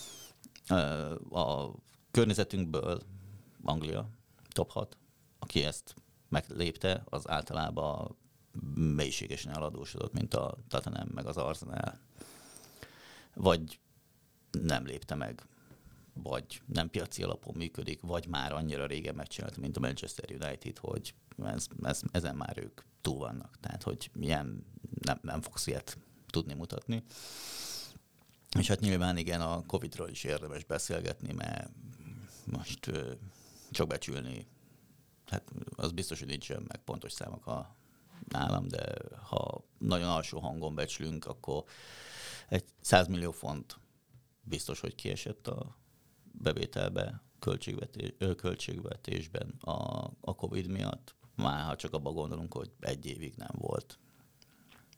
a környezetünkből Anglia top 6, aki ezt meglépte, az általában mélységesen eladósodott, mint a Tottenham meg az Arsenal. Vagy nem lépte meg, vagy nem piaci alapon működik, vagy már annyira régen megcsinálta, mint a Manchester United, hogy ezen már ők túl vannak. Tehát, hogy ilyen nem fogsz ilyet tudni mutatni. És hát nyilván igen, a Covid-ról is érdemes beszélgetni, mert most csak becsülni, hát az biztos, hogy nincsen meg pontos számok nálam, de ha nagyon alsó hangon becslünk, akkor egy 100 millió font biztos, hogy kiesett a bevételbe, költségvetésben a Covid miatt. Már ha csak abba gondolunk, hogy 1 évig nem volt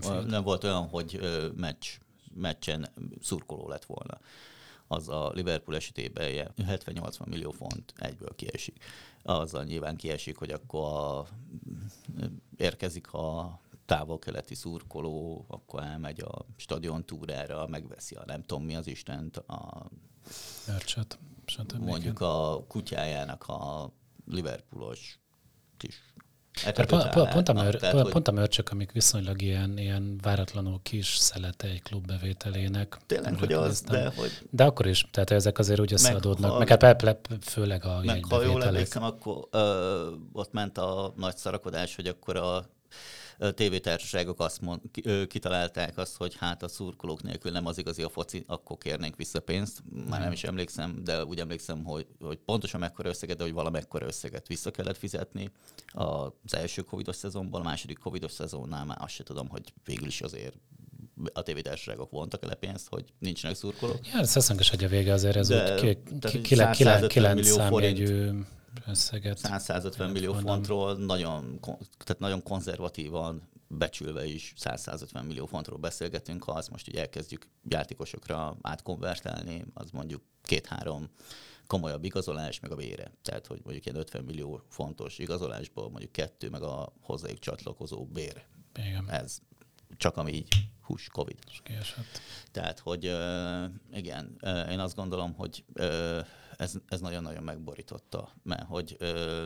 nem volt olyan, hogy meccsen szurkoló lett volna. Az a Liverpool esetében 70-80 millió font egyből kiesik. Azzal nyilván kiesik, hogy akkor érkezik a távol-keleti szurkoló, akkor elmegy a stadion túrára, megveszi a nem tudom mi az Istent, Örcsöt, stb. Mondjuk a kutyájának a Liverpoolos kis pont a mörcsök, amik viszonylag ilyen váratlanul kis szelete egy klubbevételének. Tényleg, hogy az, de akkor is, tehát ezek azért úgy összeadódnak, meg hát főleg a jegybevételek. Ha jól emlékszem, akkor ott ment a nagy szarakodás, hogy akkor a tévétársaságok kitalálták azt, hogy hát a szurkolók nélkül nem az igazi a foci, akkor kérnénk vissza pénzt. Már nem is emlékszem, de úgy emlékszem, hogy pontosan mekkora összeget, de hogy valamekkora összeget vissza kellett fizetni az első covidos szezonban, a második covidos szezonnál már azt se tudom, hogy végül is azért a tévétársaságok vontak el pénzt, hogy nincsenek szurkolók. Ja, ez szeszönkös egy a vége azért, ez úgy 9 számjegyű összeget. 150 millió fontról nagyon konzervatívan becsülve is 150 millió fontról beszélgetünk, ha azt most így elkezdjük játékosokra átkonvertálni, az mondjuk 2-3 komolyabb igazolás, meg a vére. Tehát, hogy mondjuk ilyen 50 millió fontos igazolásból mondjuk 2 meg a hozzájuk csatlakozó bér. Igen. Ez csak ami így Covid. Tehát, hogy igen, én azt gondolom, hogy ez nagyon-nagyon megborította, mert hogy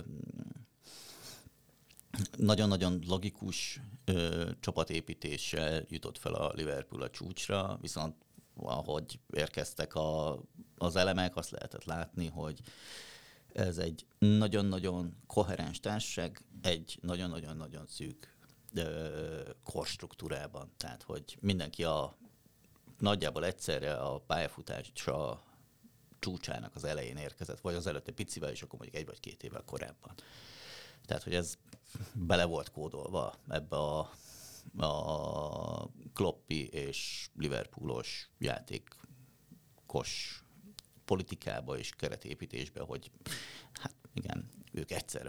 nagyon-nagyon logikus csapatépítéssel jutott fel a Liverpool a csúcsra, viszont ahogy érkeztek az elemek, azt lehetett látni, hogy ez egy nagyon-nagyon koherens társaság, egy nagyon-nagyon-nagyon szűk korstruktúrában. Tehát, hogy mindenki nagyjából egyszerre a pályafutásra csúcsának az elején érkezett, vagy az előtte picivel, és akkor mondjuk 1 vagy 2 évvel korábban. Tehát, hogy ez bele volt kódolva ebbe a Kloppi és Liverpoolos játékos politikába és keretépítésbe, hogy hát igen, ők egyszerre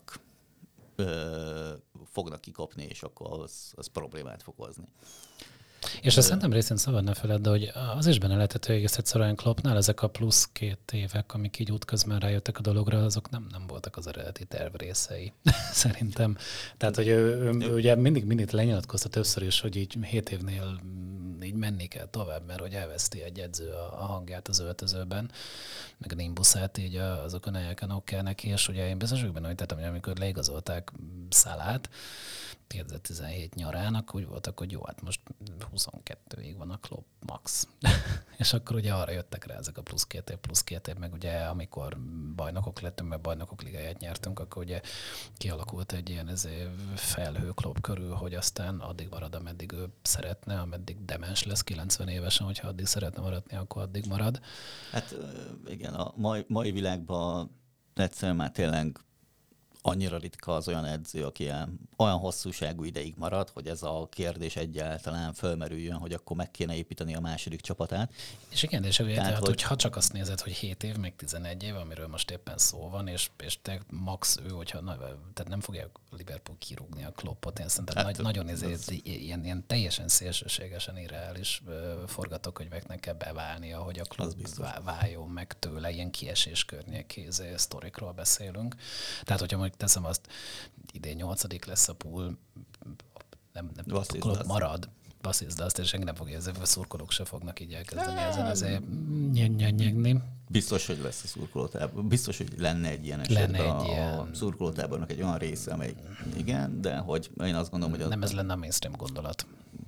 fognak kikopni, és akkor az problémát fog hozni. És azt szerintem részint szabad ne feled, de hogy az is benne lehetett, hogy egész egyszerűen Kloppnál ezek a plusz 2 évek, amik így útközben rájöttek a dologra, azok nem voltak az eredeti terv részei. Szerintem. Tehát, hogy ő ugye mindig lenyilatkozta többször is, hogy így 7 évnél így menni kell tovább, mert hogy elveszti egy edző a hangját az öltözőben, meg a nimbuszát így azokon a helyeken kell neki, és ugye én biztos vagyok benne, hogy tehát, amikor leigazolták Szalát 2017 nyarán, akkor úgy voltak, hogy jó, hát most 22-ig van a Klopp max. És akkor ugye arra jöttek rá ezek a plusz 2 év, meg ugye amikor bajnokok lettünk, meg bajnokok ligáját nyertünk, akkor ugye kialakult egy ilyen felhő Klopp körül, hogy aztán addig marad, ameddig ő szeretne, ameddig demens lesz 90 évesen, hogyha addig szeretne maradni, akkor addig marad. Hát igen, a mai világban egyszerűen már tényleg annyira ritka az olyan edző, aki olyan hosszúságú ideig marad, hogy ez a kérdés egyáltalán fölmerüljön, hogy akkor meg kéne építeni a második csapatát. És igen, és tehát, hogy ha csak azt nézed, hogy 7 év, meg 11 év, amiről most éppen szó van, és te max ő, hogyha tehát nem fogja Liverpool kirúgni a Kloppot, én szerintem nagyon ilyen teljesen szélsőségesen irreális forgatókönyveknek kell beválnia, hogy a Klopp váljon meg tőle, ilyen kiesés környéki sztorikról beszélünk. Tehát, hogyha mondjuk teszem azt, idén 8. lesz a pool, nem Klopp marad, basszizd azt, és senki nem fogja, ezzel a szurkolók se fognak így elkezdeni ezen azért nyegni. Biztos, hogy lesz a szurkolótábor. Biztos, hogy lenne egy ilyen esetben a szurkolótábornak egy olyan része, amely igen, de hogy én azt gondolom, hogy... Nem ez lenne a mainstream gondolat.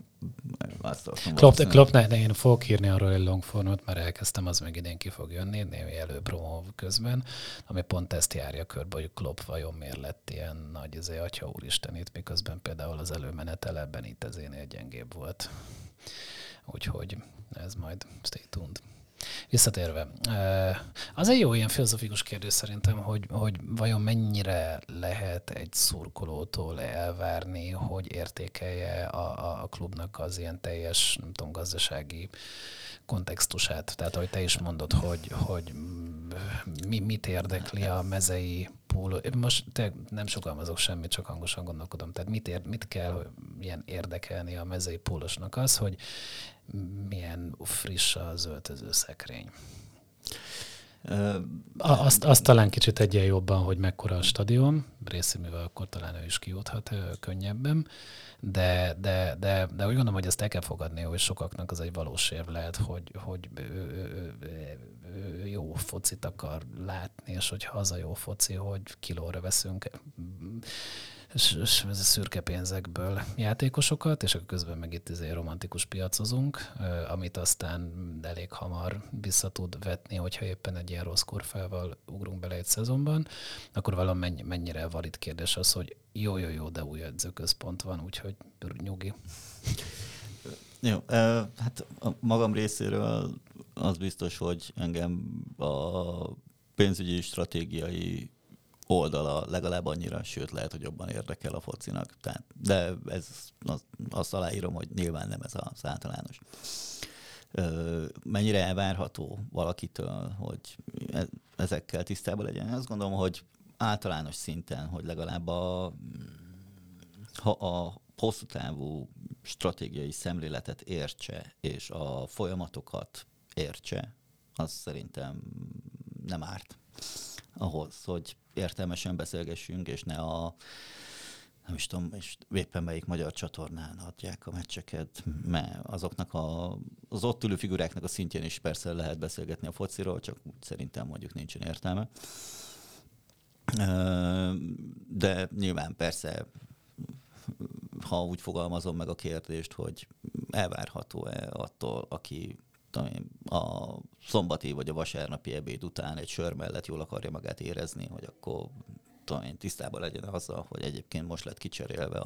Klopp, én fogok írni arról egy longformot, mert elkezdtem, az meg idén ki fog jönni, némi előpromó közben, ami pont ezt járja körbe, hogy Klopp vajon miért lett ilyen nagy atya úristen itt, miközben például az előmenetele ebben itt ezénél gyengébb volt. Úgyhogy ez majd stay tuned. Visszatérve, az egy jó ilyen filozofikus kérdés szerintem, hogy vajon mennyire lehet egy szurkolótól elvárni, hogy értékelje a klubnak az ilyen teljes, nem tudom, gazdasági kontextusát. Tehát, ahogy te is mondod, hogy mit érdekli a mezei póló. Most nem sokalmazok semmit, csak hangosan gondolkodom. Tehát mit kell ilyen érdekelni a mezei pólosnak az, hogy milyen friss az öltöző szekrény. Azt talán kicsit egyen jobban, hogy mekkora a stadion, részével akkor talán ő is kijuthat könnyebben, de úgy gondolom, hogy ezt el kell fogadni, hogy sokaknak az egy valós érv lehet, hogy jó focit akar látni, és hogyha az a jó foci, hogy kilóra veszünk szürke pénzekből játékosokat, és akkor közben meg itt romantikus piacozunk, amit aztán elég hamar vissza tud vetni, hogyha éppen egy ilyen rossz kurfával ugrunk bele egy szezonban, akkor valamennyire valid kérdés az, hogy jó, de új edzőközpont van, úgyhogy nyugi. Jó, hát a magam részéről az biztos, hogy engem a pénzügyi stratégiai oldala legalább annyira, sőt lehet, hogy jobban érdekel a focinak. De azt aláírom, hogy nyilván nem ez az általános. Mennyire elvárható valakitől, hogy ezekkel tisztában legyen? Azt gondolom, hogy általános szinten, hogy legalább ha a hosszú távú stratégiai szemléletet értse, és a folyamatokat értse, az szerintem nem árt ahhoz, hogy értelmesen beszélgessünk, és ne nem is tudom, és éppen melyik magyar csatornán adják a meccseket, mert azoknak az ott ülő figuráknak a szintjén is persze lehet beszélgetni a fociról, csak szerintem mondjuk nincsen értelme. De nyilván persze, ha úgy fogalmazom meg a kérdést, hogy elvárható-e attól, aki a szombati vagy a vasárnapi ebéd után egy sör mellett jól akarja magát érezni, hogy akkor tisztában legyen azzal, hogy egyébként most lett kicserélve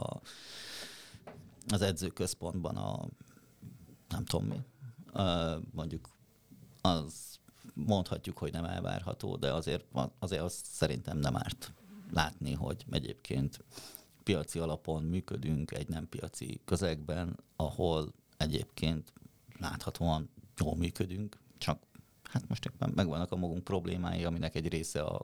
az edzőközpontban nem tudom mi. Mondjuk az mondhatjuk, hogy nem elvárható, de azért azt szerintem nem árt látni, hogy egyébként piaci alapon működünk egy nem piaci közegben, ahol egyébként láthatóan jól működünk, csak hát most éppen megvannak a magunk problémái, aminek egy része a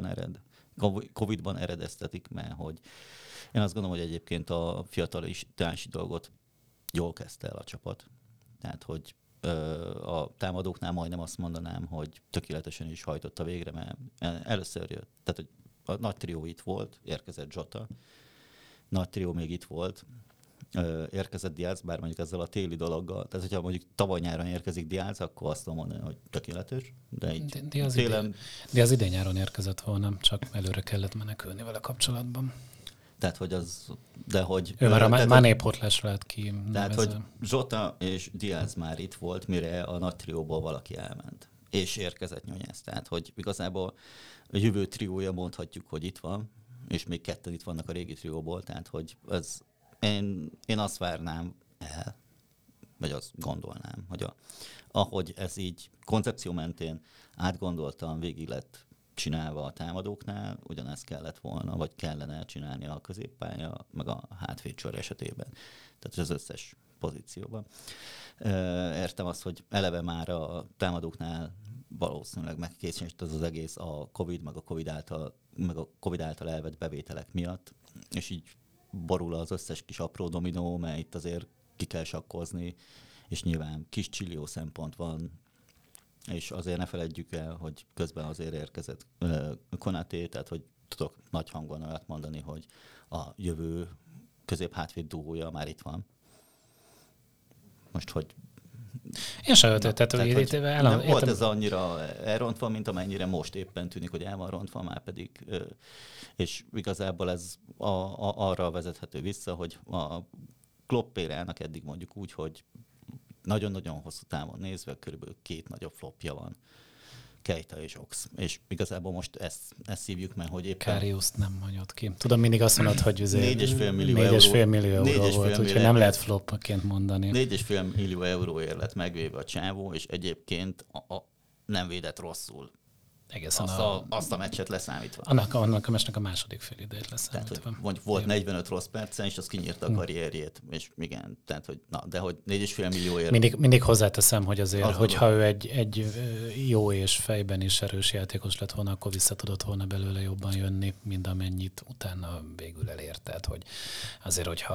Covid-ban eredeztetik, mert hogy én azt gondolom, hogy egyébként a fiatalisítási dolgot jól kezdte el a csapat. Tehát, hogy a támadóknál majdnem azt mondanám, hogy tökéletesen is hajtotta végre, mert először jött. Tehát, hogy a nagy trió itt volt, érkezett Jota, nagy trió még itt volt, érkezett Diaz, bár mondjuk ezzel a téli dologgal, tehát hogyha mondjuk tavaly nyáron érkezik Diaz, akkor azt tudom mondani, hogy tökéletes, de így télen... Diaz idén-nyáron érkezett volna, csak előre kellett menekülni vele kapcsolatban. Tehát, hogy az... De hogy... Ő már a Mané-pótlásra lett ki. Tehát, hogy Jota és Diaz már itt volt, mire a nagy trióból valaki elment. És érkezett Núñez. Tehát, hogy igazából a jövő triója mondhatjuk, hogy itt van, és még ketten itt vannak a régi trióból, tehát, hogy ez... Én azt várnám el, vagy azt gondolnám, hogy ahogy ez így koncepció mentén átgondoltan végig lett csinálva a támadóknál, ugyanezt kellett volna, vagy kellene csinálni a középpálya, meg a hátvédsor esetében. Tehát az összes pozícióban. Értem azt, hogy eleve már a támadóknál valószínűleg megkészített az egész a Covid, meg a Covid által elvett bevételek miatt, és így borul az összes kis apró dominó, mert itt azért ki kell sakkozni, és nyilván kis csillió szempont van, és azért ne feledjük el, hogy közben azért érkezett Konaté, tehát hogy tudok nagy hangon olyat mondani, hogy a jövő közép-hátvéd duója már itt van. Most, hogy... Én sem ötletet, hogy nem volt ez annyira elrontva, mint amennyire most éppen tűnik, hogy el van rontva, már pedig, és igazából ez arra vezethető vissza, hogy a Klopp érának eddig mondjuk úgy, hogy nagyon-nagyon hosszú távon nézve körülbelül 2 nagyobb flopja van. Keita és Ox. És igazából most ezt szívjuk, mert hogy éppen... Kariuszt nem mondod ki. Tudom, mindig azt mondod, hogy 4,5 millió euró volt, úgyhogy nem lehet flopként mondani. 4,5 millió euróért lett megvéve a csávó, és egyébként nem védett rosszul. Egészen azt a meccset leszámítva. Annak a meccsnek a második fél idejét leszámítva. Tehát, hogy volt 45 rossz percen, és az kinyírta a karrierjét. És igen, tehát, hogy de hogy 4,5 millióért. Mindig hozzáteszem, hogy azért, hogyha ő egy jó és fejben is erős játékos lett volna, akkor vissza tudott volna belőle jobban jönni, mint amennyit utána végül elért. Tehát, hogy azért, hogy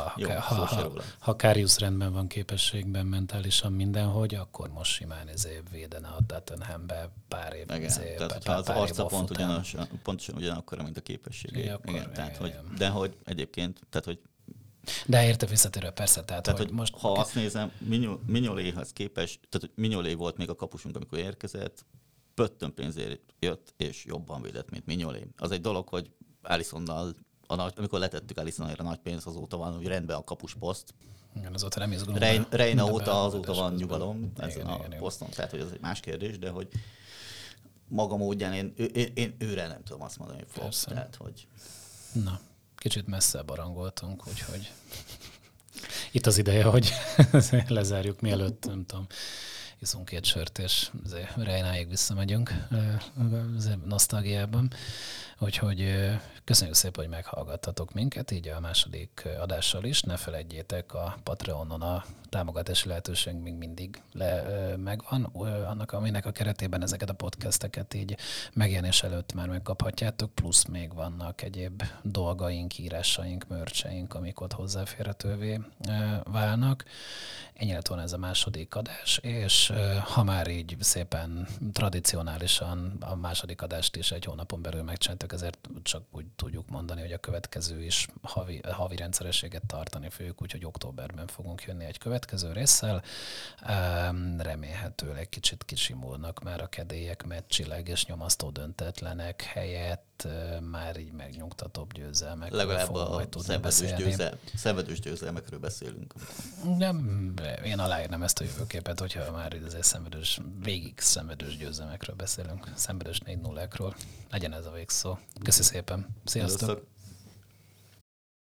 ha Karius rendben van képességben, mentálisan mindenhogy, akkor most simán védene a Tottenhambe pár év. Tehát az arca pontosan ugyanakkor, mint a képessége. De hogy egyébként, tehát hogy de érte visszatérő, persze. Tehát hogy most ha azt nézem, Mignoléthez képest, tehát hogy Mignolet volt még a kapusunk, amikor érkezett, pöttön pénzért jött, és jobban védett, mint Mignolet. Az egy dolog, hogy Alissonnal, amikor letettük Alissonért a nagy pénzt, azóta van, hogy rendben a kapusposzt. Igen, azóta nem izgalom. Reina óta azóta van nyugalom ezen a poszton, tehát hogy ez egy más kérdés, de hogy maga módján én őre nem tudom azt mondani, hogy fog. Tehát, hogy... Na, kicsit messze barangoltunk, úgyhogy itt az ideje, hogy lezárjuk, mielőtt, nem tudom, iszunk 2 sört, és Reináig visszamegyünk nosztalgiában. Úgyhogy köszönjük szépen, hogy meghallgattatok minket, így a második adással is. Ne felejtjétek, a Patreonon a támogatási lehetőség még mindig megvan, aminek a keretében ezeket a podcasteket így megjelenés előtt már megkaphatjátok, plusz még vannak egyéb dolgaink, írásaink, mörcseink, amik ott hozzáférhetővé válnak. Ennyi lett volna ez a második adás, és ha már így szépen tradicionálisan a második adást is egy hónapon belül megcsináltak, ezért csak úgy tudjuk mondani, hogy a következő is havi rendszerességet tartani fogjuk, úgyhogy októberben fogunk jönni egy következő résszel. Remélhetőleg kicsit kisimulnak már a kedélyek meccsileg és nyomasztó döntetlenek helyett már így megnyugtatóbb győzelmekről legalább fogunk majd tudni beszélni. Szenvedős győzelmekről beszélünk. Nem, én aláírnám ezt a jövőképet, hogyha már azért végig szenvedős győzelmekről beszélünk. Szenvedős 4-0-król. Legyen ez a végszó. Köszi szépen. Sziasztok!